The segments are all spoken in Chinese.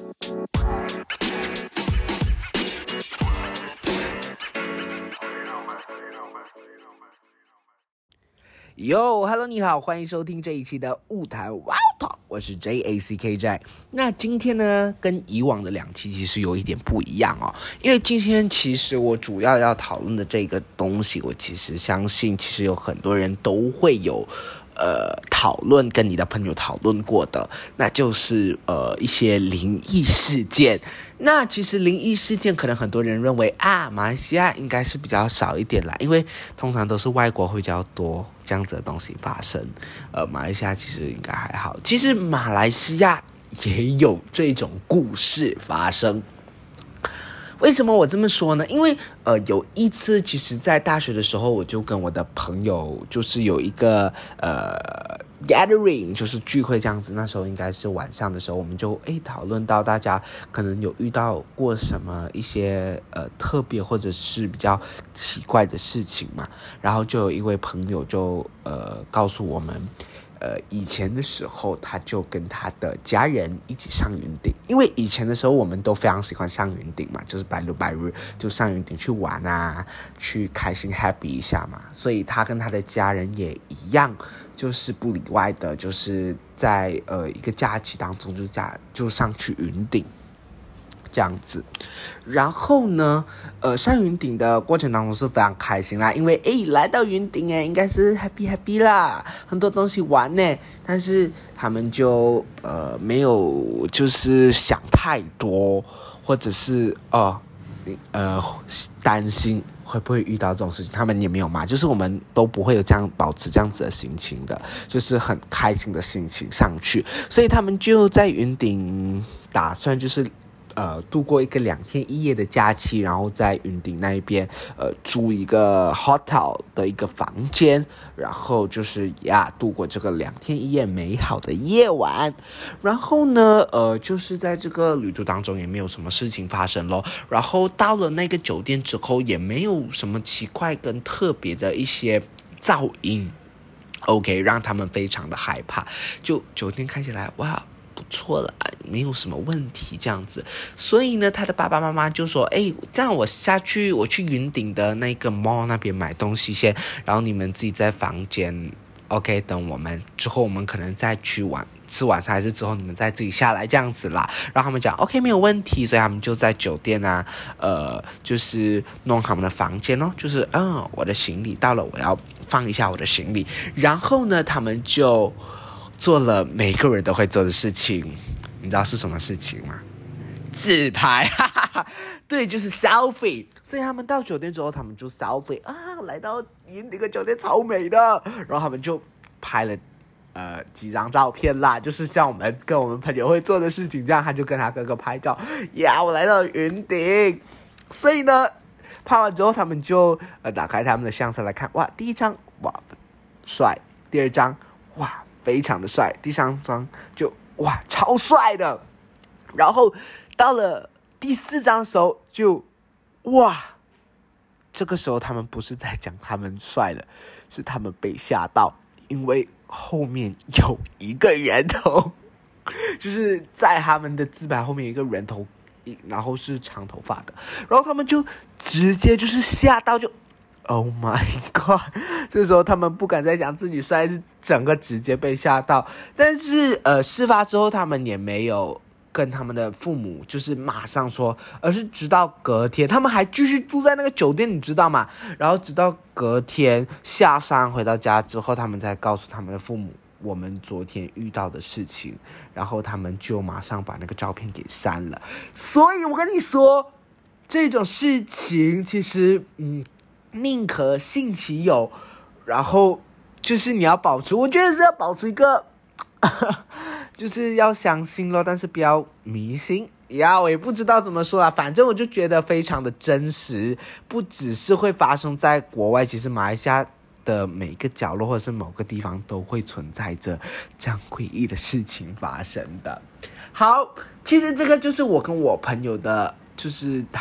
Hello， 你好，欢迎收听这一期的雾谈 Wow Talk， 我是 JACK。那今天呢，跟以往的2期其实有一点不一样哦，因为今天其实我主要要讨论的这个东西，我其实相信，其实有很多人都会有讨论，跟你的朋友讨论过的，那就是一些灵异事件。那其实灵异事件可能很多人认为马来西亚应该是比较少一点啦，因为通常都是外国会比较多这样子的东西发生。马来西亚其实应该还好，其实马来西亚也有这种故事发生。为什么我这么说呢？因为有一次，其实在大学的时候，我就跟我的朋友就是有一个gathering， 就是聚会这样子。那时候应该是晚上的时候，我们就讨论到大家可能有遇到过什么一些特别或者是比较奇怪的事情嘛。然后就有一位朋友就告诉我们。以前的时候，他就跟他的家人一起上云顶，因为以前的时候我们都非常喜欢上云顶嘛，就是白六白日就上云顶去玩啊，去开心 happy 一下嘛，所以他跟他的家人也一样，就是不例外的，就是在一个假期当中就上去云顶。这样子，然后呢，上云顶的过程当中是非常开心啦，因为来到云顶应该是 happy 啦，很多东西玩呢，但是他们就没有就是想太多，或者是担心会不会遇到这种事情，他们也没有嘛，就是我们都不会有保持这样子的心情的，就是很开心的心情上去，所以他们就在云顶打算就是度过一个2天1夜的假期，然后在云顶那一边租一个 hotel 的一个房间，然后就是度过这个2天1夜美好的夜晚。然后呢就是在这个旅途当中也没有什么事情发生咯，然后到了那个酒店之后也没有什么奇怪跟特别的一些噪音，OK， 让他们非常的害怕，就酒店看起来哇不错了，没有什么问题这样子。所以呢，他的爸爸妈妈就说这样我去云顶的那个 mall 那边买东西先，然后你们自己在房间 OK， 等我们之后我们可能再去吃晚餐，还是之后你们再自己下来这样子啦。然后他们讲 OK 没有问题，所以他们就在酒店就是弄他们的房间咯，就是我的行李到了，我要放一下我的行李。然后呢，他们就做了每个人都会做的事情，你知道是什么事情吗？自拍，对，就是 selfie。所以他们到酒店之后，他们就 selfie 来到云顶的酒店超美的，然后他们就拍了几张照片啦，就是像我们跟我们朋友会做的事情这样，他就跟他哥哥拍照我来到云顶。所以呢，拍完之后他们就打开他们的相册来看，哇，第一张哇帅，第二张哇非常的帅，第3张就哇超帅的，然后到了第4张的时候就哇，这个时候他们不是在讲他们帅了，是他们被吓到，因为后面有一个人头，就是在他们的自拍后面有一个人头，然后是长头发的，然后他们就直接就是吓到就Oh my god！ 这时候他们不敢再讲自己帅，是整个直接被吓到。但是事发之后他们也没有跟他们的父母就是马上说，而是直到隔天，他们还继续住在那个酒店，你知道吗？然后直到隔天下山回到家之后，他们才告诉他们的父母我们昨天遇到的事情，然后他们就马上把那个照片给删了。所以我跟你说，这种事情其实宁可信其有，然后就是你要保持，我觉得是要保持一个就是要相信咯，但是不要迷信我也不知道怎么说啦，反正我就觉得非常的真实，不只是会发生在国外，其实马来西亚的每个角落或者是某个地方都会存在着这样诡异的事情发生的。好，其实这个就是我跟我朋友的，就是他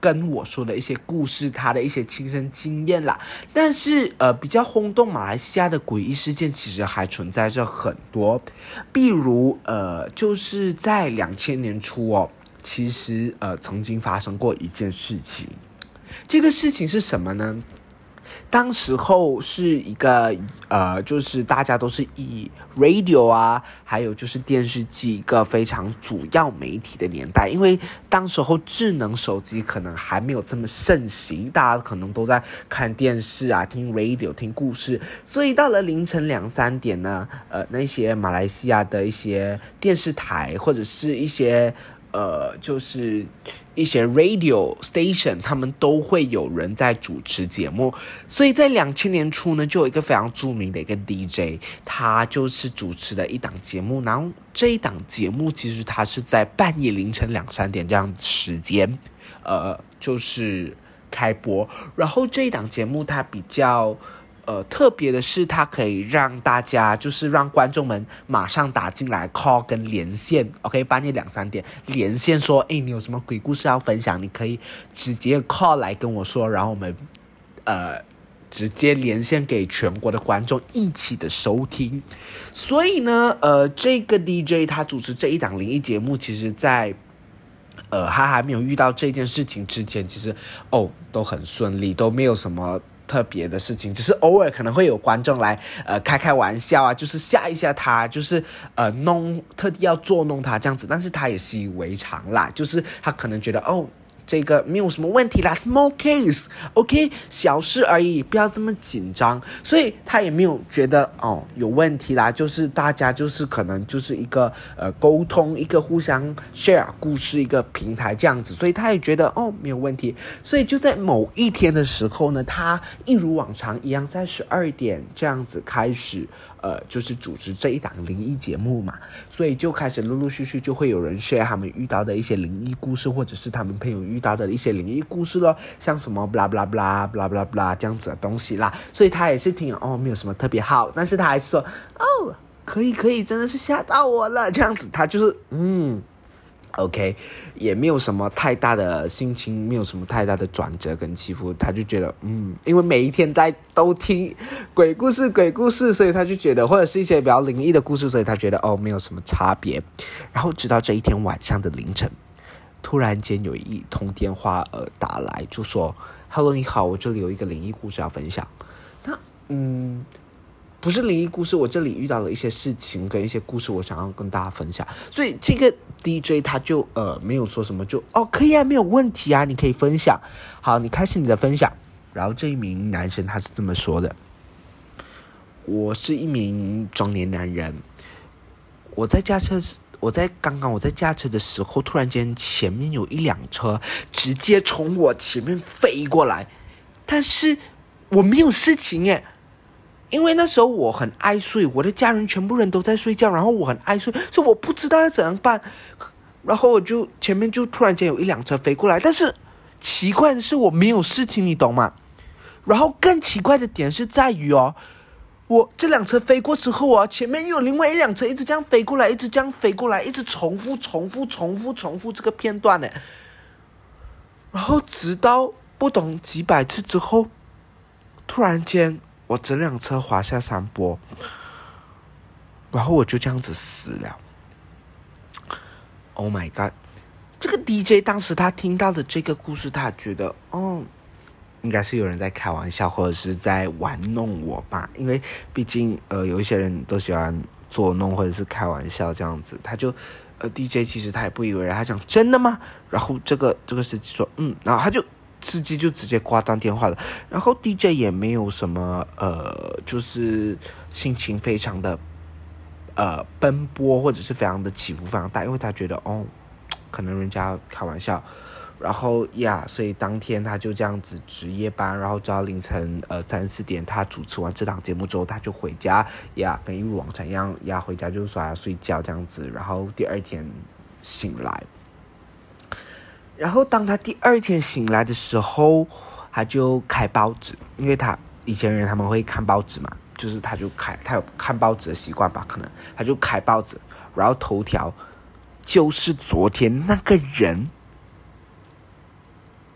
跟我说的一些故事，他的一些亲身经验啦。但是比较轰动马来西亚的诡异事件其实还存在着很多，比如就是在2000年初哦，其实曾经发生过一件事情。这个事情是什么呢？当时候是一个就是大家都是以 radio 啊，还有就是电视机一个非常主要媒体的年代，因为当时候智能手机可能还没有这么盛行，大家可能都在看电视啊，听 radio 听故事，所以到了凌晨2-3点呢，那些马来西亚的一些电视台或者是一些就是一些 radio station， 他们都会有人在主持节目，所以在2000年初呢，就有一个非常著名的一个 DJ， 他就是主持的一档节目，然后这一档节目其实他是在半夜凌晨2-3点这样时间，就是开播，然后这一档节目它比较特别的是，它可以让大家，就是让观众们马上打进来 call 跟连线 ，OK， 半夜2-3点连线说，你有什么鬼故事要分享，你可以直接 call 来跟我说，然后我们直接连线给全国的观众一起的收听。所以呢，这个 DJ 他主持这一档灵异节目，其实在他还没有遇到这件事情之前，其实都很顺利，都没有什么特别的事情，只是偶尔可能会有观众来开玩笑啊，就是吓一下他，就是特地要捉弄他这样子，但是他也习以为常啦，就是他可能觉得这个没有什么问题啦 ，small case， OK， 小事而已，不要这么紧张，所以他也没有觉得有问题啦，就是大家就是可能就是一个沟通，一个互相 share 故事一个平台这样子，所以他也觉得没有问题，所以就在某一天的时候呢，他一如往常一样在12点这样子开始就是主持这一档灵异节目嘛，所以就开始陆陆续续就会有人 share 他们遇到的一些灵异故事，或者是他们朋友遇到的一些灵异故事咯，像什么 blah blah blah blah blah blah 这样子的东西啦，所以他也是听没有什么特别好，但是他还是说可以，真的是吓到我了这样子，他就是OK， 也没有什么太大的心情，没有什么太大的转折跟起伏，他就觉得因为每一天都听鬼故事，所以他就觉得，或者是一些比较灵异的故事，所以他觉得没有什么差别。然后直到这一天晚上的凌晨，突然间有一通电话打来，就说 Hello 你好，我这里有一个灵异故事要分享。那不是灵异故事，我这里遇到了一些事情跟一些故事，我想要跟大家分享。所以这个 DJ 他就没有说什么，就可以啊，没有问题啊，你可以分享。好，你开始你的分享。然后这一名男生他是这么说的：我是一名中年男人，我在驾车的时候，突然间前面有一辆车直接从我前面飞过来，但是我没有事情耶。因为那时候我很爱睡，我的家人全部人都在睡觉，然后我很爱睡，所以我不知道要怎样办。然后我就前面就突然间有一辆车飞过来，但是奇怪的是我没有事情，你懂吗？然后更奇怪的点是在于我这辆车飞过之后前面又有另外一辆车一直这样飞过来，一直这样飞过来，一直重复这个片段呢。然后直到不懂几百次之后，突然间我整辆车滑下山坡，然后我就这样子死了。Oh my god！ 这个 DJ 当时他听到的这个故事，他觉得应该是有人在开玩笑，或者是在玩弄我吧，因为毕竟有一些人都喜欢捉弄或者是开玩笑这样子，他就DJ 其实他也不以为然，他讲真的吗？然后这个司机说然后司机就直接挂断电话了，然后 DJ 也没有什么就是心情非常的奔波，或者是非常的起伏非常大，因为他觉得可能人家开玩笑，然后所以当天他就这样子值夜班，然后直到凌晨3-4点，他主持完这档节目之后，他就回家跟一如往常一样回家就刷牙睡觉这样子，然后第二天醒来。然后当他第二天醒来的时候，他就开报纸，因为以前人他们会看报纸嘛，就是他有看报纸的习惯吧，可能他就开报纸，然后头条就是昨天那个人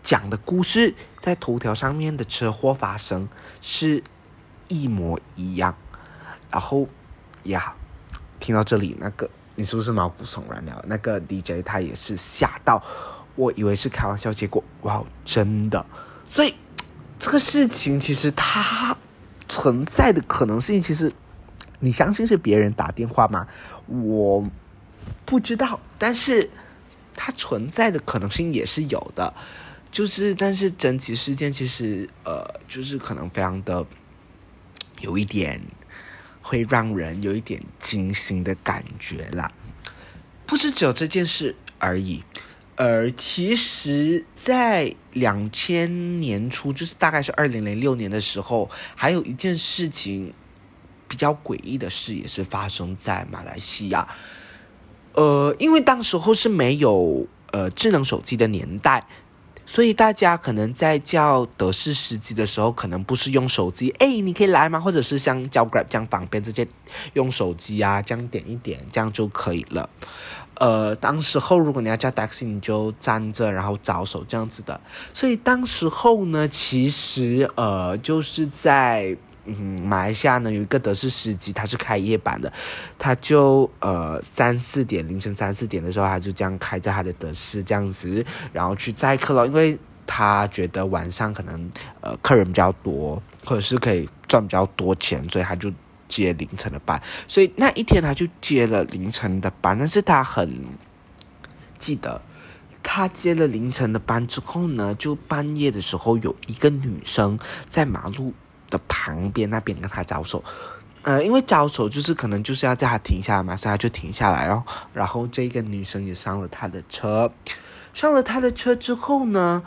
讲的故事在头条上面的车祸发生是一模一样。然后呀，听到这里，那个你是不是毛骨悚然了？那个 DJ 他也是吓到，我以为是开玩笑，结果哇，真的。所以这个事情其实它存在的可能性，其实你相信是别人打电话吗？我不知道，但是它存在的可能性也是有的。但是整体事件其实就是可能非常的有一点会让人有一点惊心的感觉啦。不是只有这件事而已，其实在2000年初，就是大概是2006年的时候，还有一件事情比较诡异的事也是发生在马来西亚。因为当时候是没有智能手机的年代，所以大家可能在叫德士司机的时候，可能不是用手机，你可以来吗？或者是像叫 Grab 这样方便，直接用手机啊，这样点一点，这样就可以了。当时候如果你要叫 taxi， 你就站着然后招手这样子的。所以当时候呢，其实就是在马来西亚呢有一个德士司机，他是开夜班的，他就凌晨3、4点的时候，他就这样开着他的德士这样子，然后去载客咯，因为他觉得晚上可能客人比较多，或者是可以赚比较多钱，所以他就接凌晨的班。所以那一天他就接了凌晨的班，但是他很记得，他接了凌晨的班之后呢，就半夜的时候有一个女生在马路的旁边那边跟他招手，因为招手就是可能就是要叫他停下来嘛，所以他就停下来哦。然后这个女生也上了他的车，之后呢，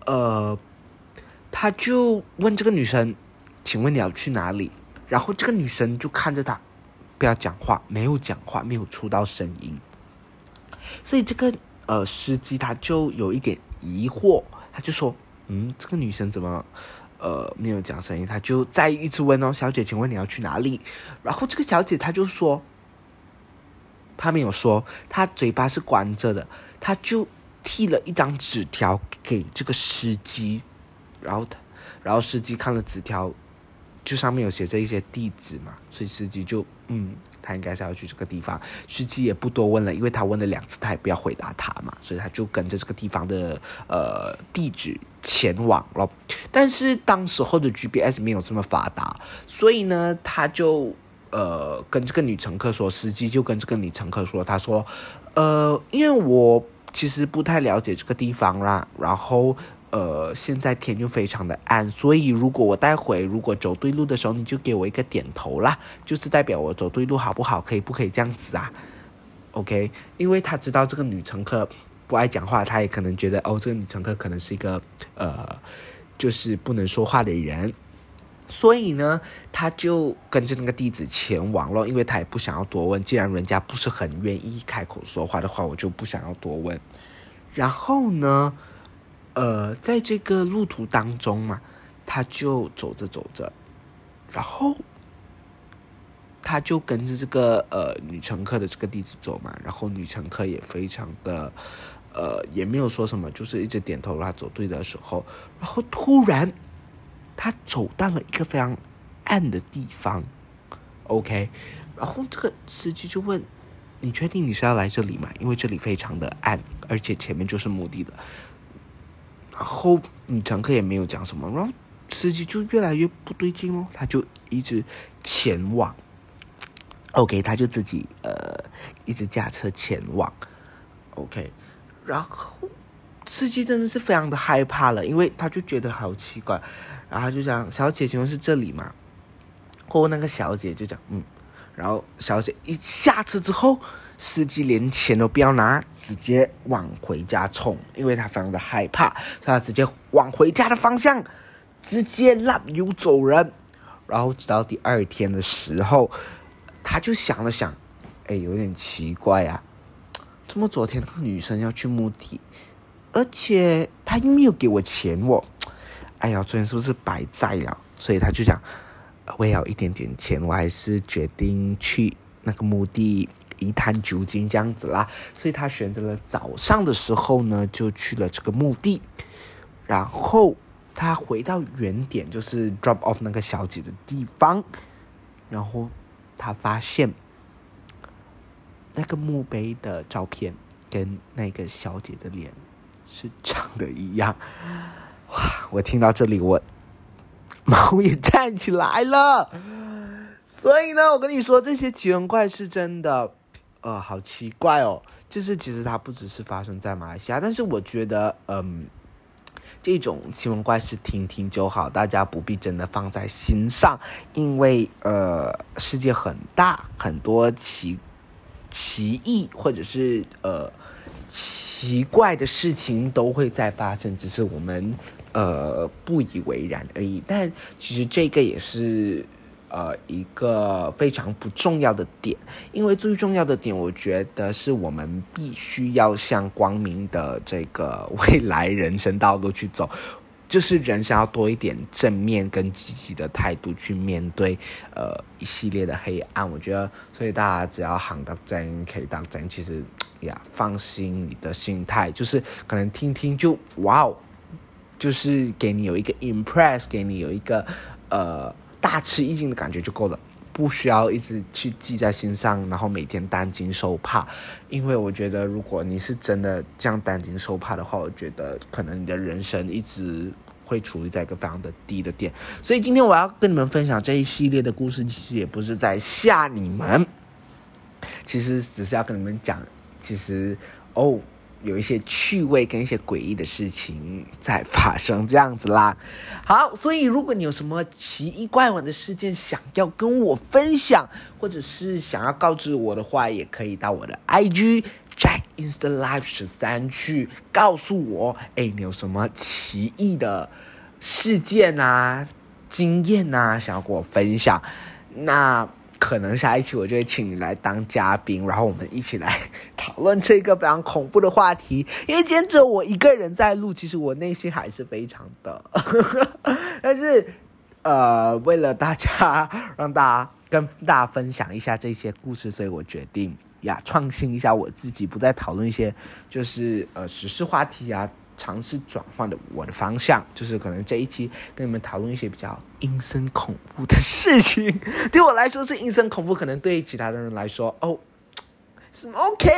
他就问这个女生，请问你要去哪里？然后这个女生就看着他，不要讲话，没有讲话，没有出到声音。所以这个司机他就有一点疑惑，他就说，这个女生怎么没有讲声音？他就再一直问哦，小姐，请问你要去哪里？然后这个小姐她就说，她没有说，她嘴巴是关着的，她就递了一张纸条给这个司机，然后司机看了纸条，就上面有写着一些地址嘛，所以司机就他应该是要去这个地方。司机也不多问了，因为他问了2次，他也不要回答他嘛，所以他就跟着这个地方的地址前往了。但是当时候的 GPS 没有这么发达，所以呢，他就跟这个女乘客说，司机就跟这个女乘客说，他说因为我其实不太了解这个地方啦，然后现在天又非常的暗，所以如果我待会如果走对路的时候，你就给我一个点头啦，就是代表我走对路好不好？不可以这样子啊 ？OK， 因为他知道这个女乘客不爱讲话，他也可能觉得这个女乘客可能是一个就是不能说话的人，所以呢，他就跟着那个地址前往了，因为他也不想要多问，既然人家不是很愿意开口说话的话，我就不想要多问。然后呢，在这个路途当中嘛，他就走着，然后他就跟着这个女乘客的这个地址走嘛，然后女乘客也非常的也没有说什么，就是一直点头，他走对的时候，然后突然他走到了一个非常暗的地方 ，OK， 然后这个司机就问，你确定你是要来这里吗？因为这里非常的暗，而且前面就是墓地的。然后女乘客也没有讲什么，然后司机就越来越不对劲咯，他就一直前往 ，OK， 他就自己一直驾车前往 ，OK， 然后司机真的是非常的害怕了，因为他就觉得好奇怪，然后他就讲，小姐请问是这里吗？过后那个小姐就讲然后小姐一下车之后，司机连钱都不要拿，直接往回家冲，因为他非常的害怕，所以他直接往回家的方向直接拉油走人。然后直到第2天的时候，他就想了想，有点奇怪啊，怎么昨天那个女生要去墓地，而且她又没有给我钱哦，昨天是不是白载了？所以他就讲，我也要一点点钱，我还是决定去那个墓地一探究竟这样子啦。所以他选择了早上的时候呢，就去了这个墓地。 然后他回到原点，就是 drop off 那个小姐的地方，然后他发现那个墓碑的照片跟那个小姐的脸是长得一样。哇！我听到这里，我毛也站起来了。所以呢，我跟你说，这些奇闻怪事真的，好奇怪哦。就是其实它不只是发生在马来西亚，但是我觉得，这种奇闻怪事听听就好，大家不必真的放在心上，因为世界很大，很多奇异或者是奇怪的事情都会在发生，只是我们不以为然而已。但其实这个也是一个非常不重要的点，因为最重要的点，我觉得是我们必须要向光明的这个未来人生道路去走，就是人生要多一点正面跟积极的态度去面对一系列的黑暗。我觉得，所以大家只要行得正，企得正，其实呀，放心你的心态，就是可能听听就哇哦，就是给你有一个 impress， 给你有一个大吃一惊的感觉就够了，不需要一直去记在心上，然后每天担惊受怕。因为我觉得，如果你是真的这样担惊受怕的话，我觉得可能你的人生一直会处于在一个非常的低的点。所以今天我要跟你们分享这一系列的故事，其实也不是在吓你们，其实只是要跟你们讲，其实有一些趣味跟一些诡异的事情在发生，这样子啦。好，所以如果你有什么奇异怪闻的事件想要跟我分享，或者是想要告知我的话，也可以到我的 IG Jack Insta Live 13去告诉我，你有什么奇异的事件啊、经验啊，想要跟我分享。那可能下一期我就会请你来当嘉宾，然后我们一起来讨论这个非常恐怖的话题。因为今天只有我一个人在录，其实我内心还是非常的但是为了大家，跟大家分享一下这些故事，所以我决定创新一下我自己，不再讨论一些就是时事话题啊，尝试转换的我的方向，就是可能这一期跟你们讨论一些比较阴森恐怖的事情。对我来说是阴森恐怖，可能对其他的人来说是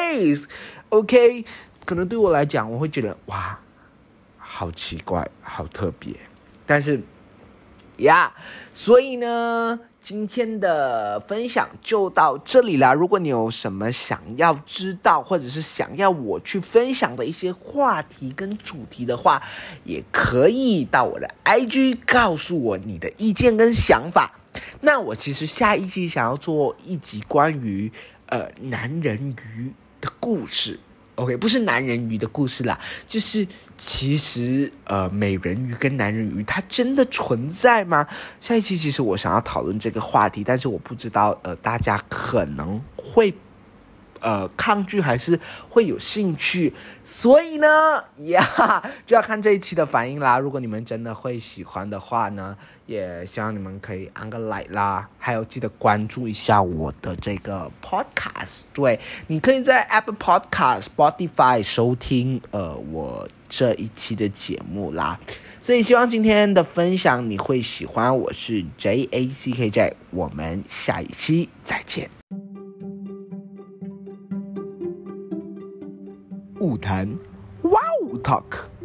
OK， 可能对我来讲，我会觉得哇，好奇怪，好特别。但是所以呢，今天的分享就到这里啦。如果你有什么想要知道，或者是想要我去分享的一些话题跟主题的话，也可以到我的 IG 告诉我你的意见跟想法。那我其实下一期想要做一集关于男人鱼的故事。OK， 不是男人鱼的故事啦，就是其实美人鱼跟男人鱼它真的存在吗？下一期其实我想要讨论这个话题，但是我不知道大家可能会抗拒还是会有兴趣，所以呢就要看这一期的反应啦。如果你们真的会喜欢的话呢，也希望你们可以按个 like 啦，还有记得关注一下我的这个 podcast。 对，你可以在 Apple Podcast、Spotify 收听我这一期的节目啦。所以希望今天的分享你会喜欢，我是 JACKJ， 我们下一期再见。物谈 Wow Talk。